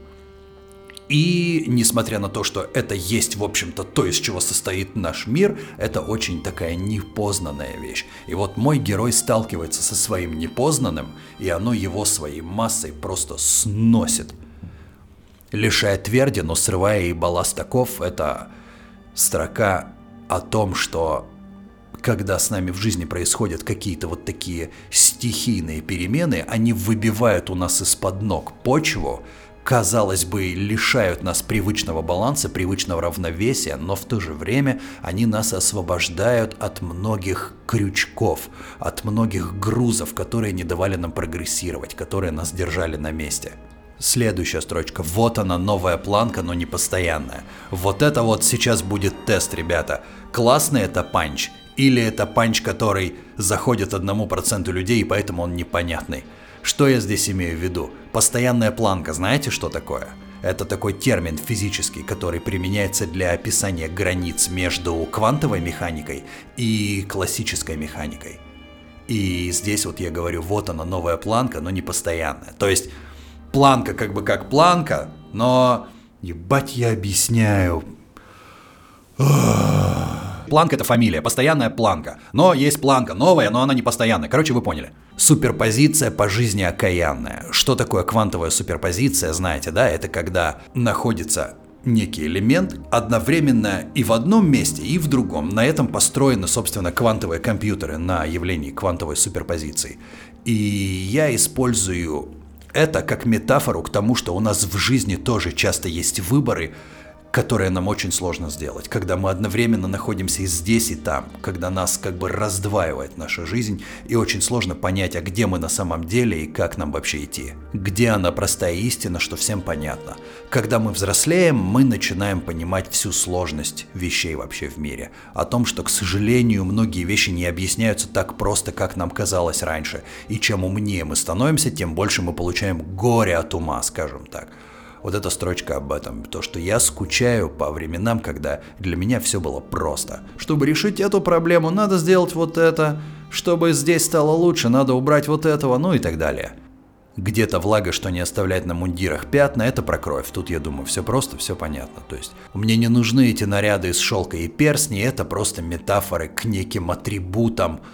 И, несмотря на то, что это есть, в общем-то, то, из чего состоит наш мир, это очень такая непознанная вещь. И вот мой герой сталкивается со своим непознанным, и оно его своей массой просто сносит. Лишая тверди, но срывая и балласт оков, это строка о том, что когда с нами в жизни происходят какие-то вот такие стихийные перемены, они выбивают у нас из-под ног почву, казалось бы, лишают нас привычного баланса, привычного равновесия, но в то же время они нас освобождают от многих крючков, от многих грузов, которые не давали нам прогрессировать, которые нас держали на месте. Следующая строчка. Вот она, новая планка, но не постоянная. Вот это вот сейчас будет тест, ребята. Классный это панч? Или это панч, который заходит одному проценту людей, и поэтому он непонятный? Что я здесь имею в виду? Постоянная планка, знаете, что такое? Это такой термин физический, который применяется для описания границ между квантовой механикой и классической механикой. И здесь вот я говорю, вот она, новая планка, но не постоянная. То есть... Планка как бы как планка, но... Ебать, я объясняю. Планка — это фамилия, постоянная планка. Но есть планка новая, но она не постоянная. Короче, вы поняли. Суперпозиция по жизни окаянная. Что такое квантовая суперпозиция, знаете, да? Это когда находится некий элемент одновременно и в одном месте, и в другом. На этом построены, собственно, квантовые компьютеры на явлении квантовой суперпозиции. И я использую... это как метафору к тому, что у нас в жизни тоже часто есть выборы, которые нам очень сложно сделать. Когда мы одновременно находимся и здесь, и там. Когда нас как бы раздваивает наша жизнь, и очень сложно понять, а где мы на самом деле и как нам вообще идти. Где она простая истина, что всем понятно. Когда мы взрослеем, мы начинаем понимать всю сложность вещей вообще в мире. О том, что, к сожалению, многие вещи не объясняются так просто, как нам казалось раньше. И чем умнее мы становимся, тем больше мы получаем горе от ума, скажем так. Вот эта строчка об этом, то, что я скучаю по временам, когда для меня все было просто. Чтобы решить эту проблему, надо сделать вот это. Чтобы здесь стало лучше, надо убрать вот этого, ну и так далее. Где-то влага, что не оставляет на мундирах пятна, это про кровь. Тут, я думаю, все просто, все понятно. То есть, мне не нужны эти наряды из шелка и перстней, это просто метафоры к неким атрибутам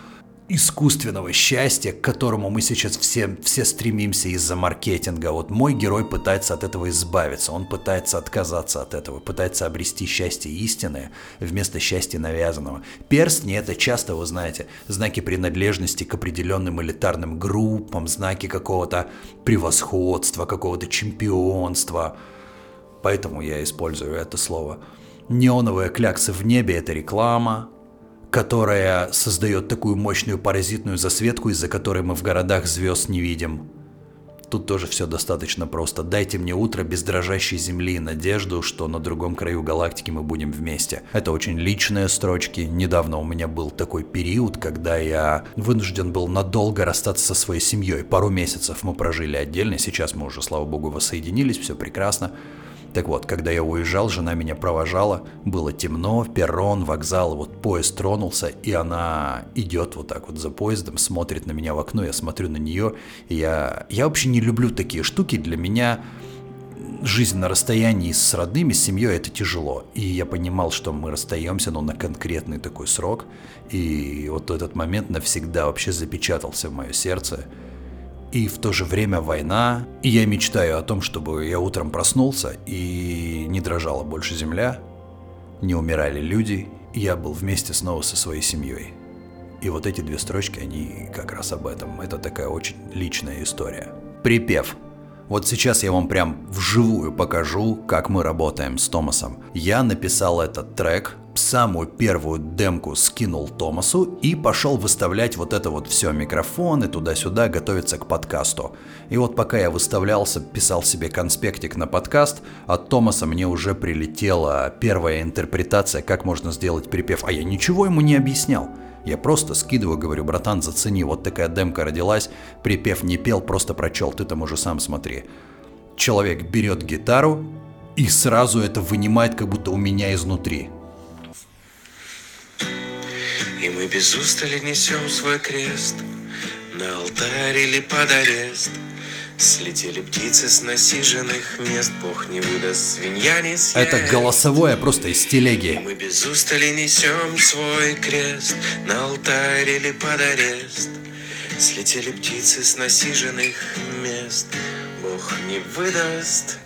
искусственного счастья, к которому мы сейчас все, все стремимся из-за маркетинга. Вот мой герой пытается от этого избавиться, он пытается отказаться от этого, пытается обрести счастье истинное вместо счастья навязанного. Перстни — это часто, вы знаете, знаки принадлежности к определенным элитарным группам, знаки какого-то превосходства, какого-то чемпионства. Поэтому я использую это слово. Неоновые кляксы в небе — это реклама, которая создает такую мощную паразитную засветку, из-за которой мы в городах звезд не видим. Тут тоже все достаточно просто. Дайте мне утро без дрожащей земли и надежду, что на другом краю галактики мы будем вместе. Это очень личные строчки. Недавно у меня был такой период, когда я вынужден был надолго расстаться со своей семьей. Пару месяцев мы прожили отдельно, сейчас мы уже, слава богу, воссоединились, все прекрасно. Так вот, когда я уезжал, жена меня провожала, было темно, перрон, вокзал, вот поезд тронулся, и она идет вот так вот за поездом, смотрит на меня в окно, я смотрю на нее, и я, я вообще не люблю такие штуки, для меня жизнь на расстоянии с родными, с семьей — это тяжело, и я понимал, что мы расстаемся, но на конкретный такой срок, и вот этот момент навсегда вообще запечатался в мое сердце. И в то же время война, и я мечтаю о том, чтобы я утром проснулся, и не дрожала больше земля, не умирали люди, и я был вместе снова со своей семьей. И вот эти две строчки, они как раз об этом. Это такая очень личная история. Припев. Вот сейчас я вам прям вживую покажу, как мы работаем с Томасом. Я написал этот трек, самую первую демку скинул Томасу и пошел выставлять вот это вот все, микрофоны туда-сюда, готовиться к подкасту. И вот пока я выставлялся, писал себе конспектик на подкаст, от Томаса мне уже прилетела первая интерпретация, как можно сделать припев, а я ничего ему не объяснял. Я просто скидываю, говорю: братан, зацени, вот такая демка родилась, припев не пел, просто прочел, ты там уже сам смотри. Человек берет гитару и сразу это вынимает, как будто у меня изнутри. И мы без устали несем свой крест на алтарь или под арест. Слетели птицы с насиженных мест, Бог не выдаст, свинья не съест. Это голосовое просто из телеги. И мы без устали несем свой крест на алтарь или под арест. Слетели птицы с насиженных мест, Бог не выдаст.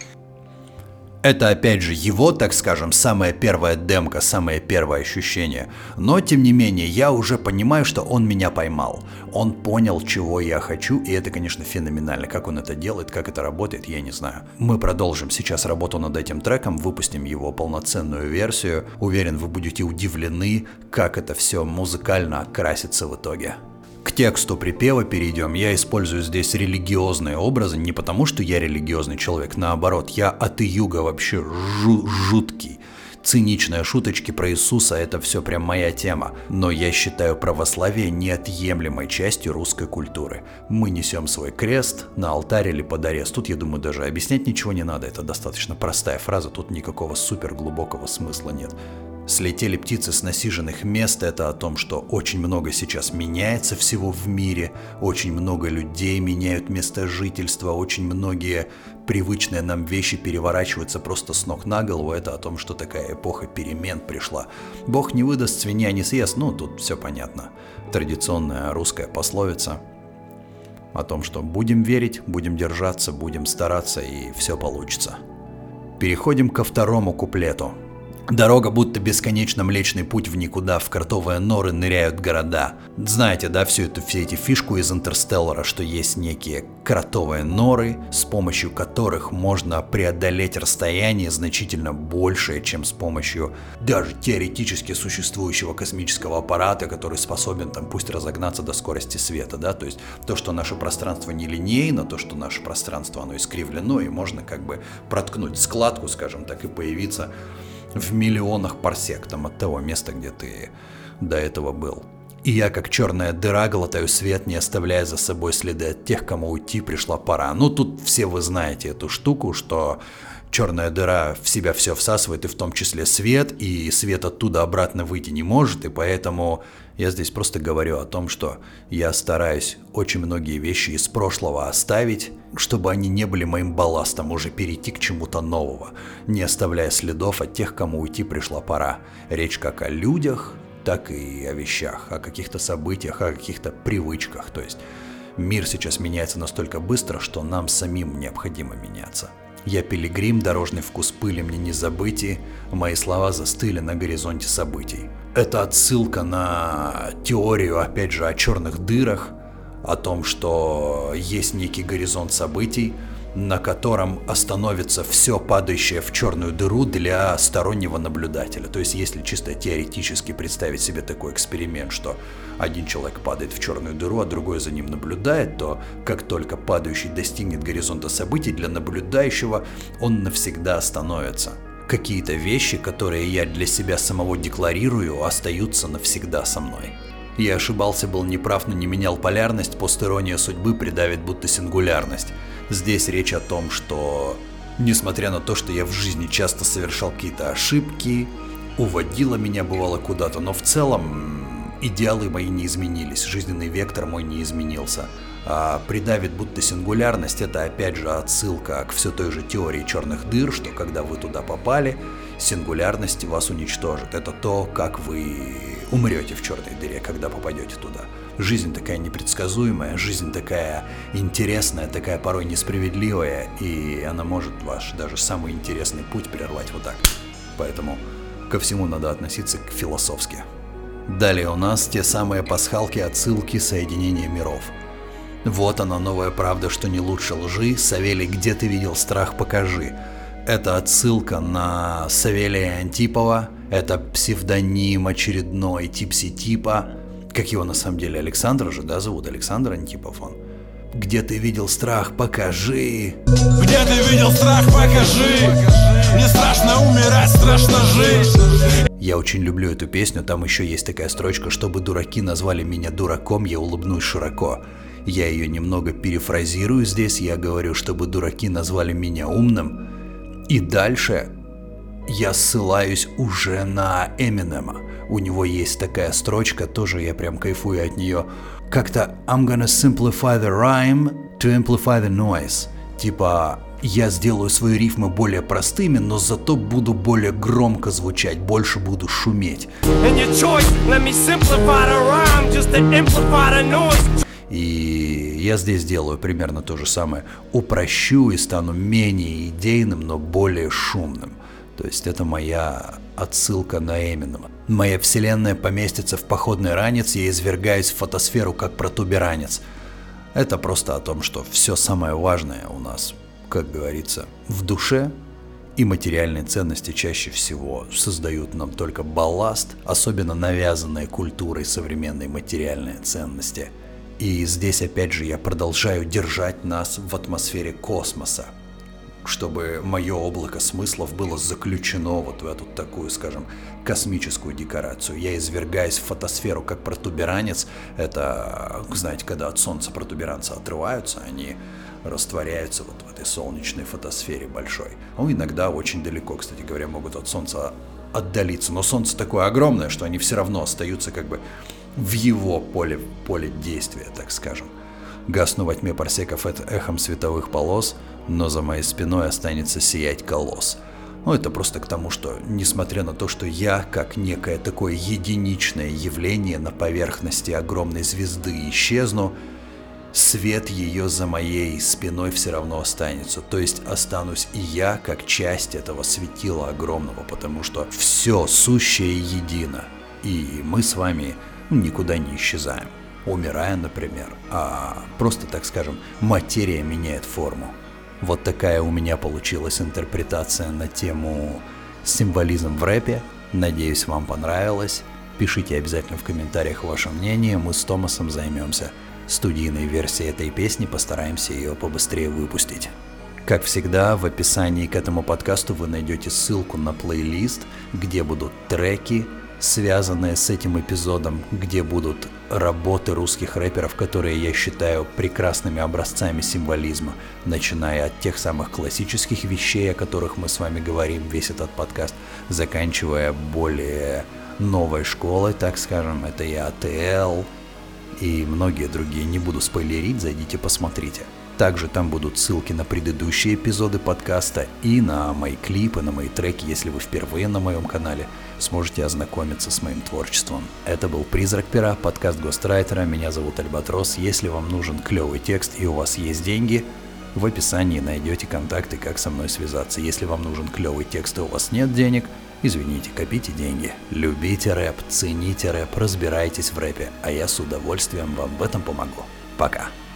Это опять же его, так скажем, самая первая демка, самое первое ощущение. Но тем не менее, я уже понимаю, что он меня поймал. Он понял, чего я хочу, и это, конечно, феноменально. Как он это делает, как это работает, я не знаю. Мы продолжим сейчас работу над этим треком, выпустим его полноценную версию. Уверен, вы будете удивлены, как это все музыкально окрасится в итоге. К тексту припева перейдем. Я использую здесь религиозные образы, не потому что я религиозный человек, наоборот, я атеюга вообще жу- жуткий. Циничные шуточки про Иисуса — это все прям моя тема. Но я считаю православие неотъемлемой частью русской культуры. Мы несем свой крест на алтарь или под арест. Тут, я думаю, даже объяснять ничего не надо. Это достаточно простая фраза, тут никакого супер глубокого смысла нет. Слетели птицы с насиженных мест — это о том, что очень много сейчас меняется всего в мире, очень много людей меняют место жительства, очень многие привычные нам вещи переворачиваются просто с ног на голову. Это о том, что такая эпоха перемен пришла. Бог не выдаст, свинья не съест, ну тут все понятно. Традиционная русская пословица о том, что будем верить, будем держаться, будем стараться, и все получится. Переходим ко второму куплету. Дорога будто бесконечно млечный путь в никуда, в кротовые норы ныряют города. Знаете, да, всю эту, все эти фишку из Интерстеллара, что есть некие кротовые норы, с помощью которых можно преодолеть расстояние значительно большее, чем с помощью даже теоретически существующего космического аппарата, который способен там пусть разогнаться до скорости света, да, то есть то, что наше пространство не линейно, то, что наше пространство оно искривлено, и можно как бы проткнуть складку, скажем так, и появиться в миллионах парсек там от того места, где ты до этого был. И я, как черная дыра, глотаю свет, не оставляя за собой следы от тех, кому уйти пришла пора. Ну, тут все вы знаете эту штуку, что черная дыра в себя все всасывает, и в том числе свет, и свет оттуда обратно выйти не может, и поэтому я здесь просто говорю о том, что я стараюсь очень многие вещи из прошлого оставить, чтобы они не были моим балластом, уже перейти к чему-то нового, не оставляя следов от тех, кому уйти пришла пора. Речь как о людях, так и о вещах, о каких-то событиях, о каких-то привычках. То есть мир сейчас меняется настолько быстро, что нам самим необходимо меняться. Я пилигрим, дорожный вкус пыли мне не забыть, мои слова застыли на горизонте событий. Это отсылка на теорию, опять же, о черных дырах, о том, что есть некий горизонт событий, на котором остановится все падающее в черную дыру для стороннего наблюдателя. То есть, если чисто теоретически представить себе такой эксперимент, что один человек падает в черную дыру, а другой за ним наблюдает, то как только падающий достигнет горизонта событий, для наблюдающего он навсегда остановится. Какие-то вещи, которые я для себя самого декларирую, остаются навсегда со мной. Я ошибался, был неправ, но не менял полярность, постерония судьбы придавит будто сингулярность. Здесь речь о том, что, несмотря на то, что я в жизни часто совершал какие-то ошибки, уводило меня бывало куда-то, но в целом идеалы мои не изменились, жизненный вектор мой не изменился. А придавит будто сингулярность — это опять же отсылка к все той же теории черных дыр, что когда вы туда попали, сингулярность вас уничтожит. Это то, как вы умрете в черной дыре, когда попадете туда. Жизнь такая непредсказуемая, жизнь такая интересная, такая порой несправедливая, и она может ваш даже самый интересный путь прервать вот так. Поэтому ко всему надо относиться философски. Далее у нас те самые пасхалки, отсылки, соединения миров. Вот она, новая правда, что не лучше лжи. Савелий, где ты видел страх, покажи. Это отсылка на Савелия Антипова. Это псевдоним очередной Типси-типа. Как его на самом деле, Александр же, да, зовут? Александр Антипов он. Где ты видел страх, покажи. Где ты видел страх, покажи. Не страшно умирать, страшно жить. Я очень люблю эту песню. Там еще есть такая строчка: чтобы дураки назвали меня дураком, я улыбнусь широко. Я ее немного перефразирую здесь. Я говорю, чтобы дураки назвали меня умным. И дальше я ссылаюсь уже на Эминема. У него есть такая строчка, тоже я прям кайфую от нее. Как-то I'm gonna simplify the rhyme to amplify the noise. Типа, я сделаю свои рифмы более простыми, но зато буду более громко звучать, больше буду шуметь. И я здесь делаю примерно то же самое. Упрощу и стану менее идейным, но более шумным. То есть это моя отсылка на Эминема. Моя вселенная поместится в походный ранец, я извергаюсь в фотосферу, как протуберанец. Это просто о том, что все самое важное у нас, как говорится, в душе, и материальные ценности чаще всего создают нам только балласт, особенно навязанные культурой современной материальные ценности. И здесь опять же я продолжаю держать нас в атмосфере космоса, чтобы мое облако смыслов было заключено вот в эту такую, скажем, космическую декорацию. Я извергаюсь в фотосферу, как протуберанец. Это, знаете, когда от солнца протуберанцы отрываются, они растворяются вот в этой солнечной фотосфере большой. Ну, иногда очень далеко, кстати говоря, могут от солнца отдалиться. Но солнце такое огромное, что они все равно остаются как бы в его поле, поле действия, так скажем. Гасну во тьме парсеков эхом световых полос, но за моей спиной останется сиять колосс. Ну, это просто к тому, что, несмотря на то, что я, как некое такое единичное явление на поверхности огромной звезды, исчезну, свет ее за моей спиной все равно останется. То есть останусь и я, как часть этого светила огромного, потому что все сущее едино. И мы с вами никуда не исчезаем, умирая, например, а просто, так скажем, материя меняет форму. Вот такая у меня получилась интерпретация на тему символизм в рэпе. Надеюсь, вам понравилось. Пишите обязательно в комментариях ваше мнение. Мы с Томасом займемся студийной версией этой песни, постараемся ее побыстрее выпустить. Как всегда, в описании к этому подкасту вы найдете ссылку на плейлист, где будут треки, связанные с этим эпизодом, где будут работы русских рэперов, которые я считаю прекрасными образцами символизма, начиная от тех самых классических вещей, о которых мы с вами говорим весь этот подкаст, заканчивая более новой школой, так скажем, это и а тэ эл, и многие другие. Не буду спойлерить, зайдите, посмотрите. Также там будут ссылки на предыдущие эпизоды подкаста и на мои клипы, на мои треки, если вы впервые на моем канале. сможете ознакомиться с моим творчеством. Это был «Призрак пера», подкаст Гострайтера. Меня зовут Альбатрос. Если вам нужен клевый текст и у вас есть деньги, в описании найдете контакты, как со мной связаться. Если вам нужен клевый текст и у вас нет денег, извините, копите деньги. Любите рэп, цените рэп, разбирайтесь в рэпе, а я с удовольствием вам в этом помогу. Пока.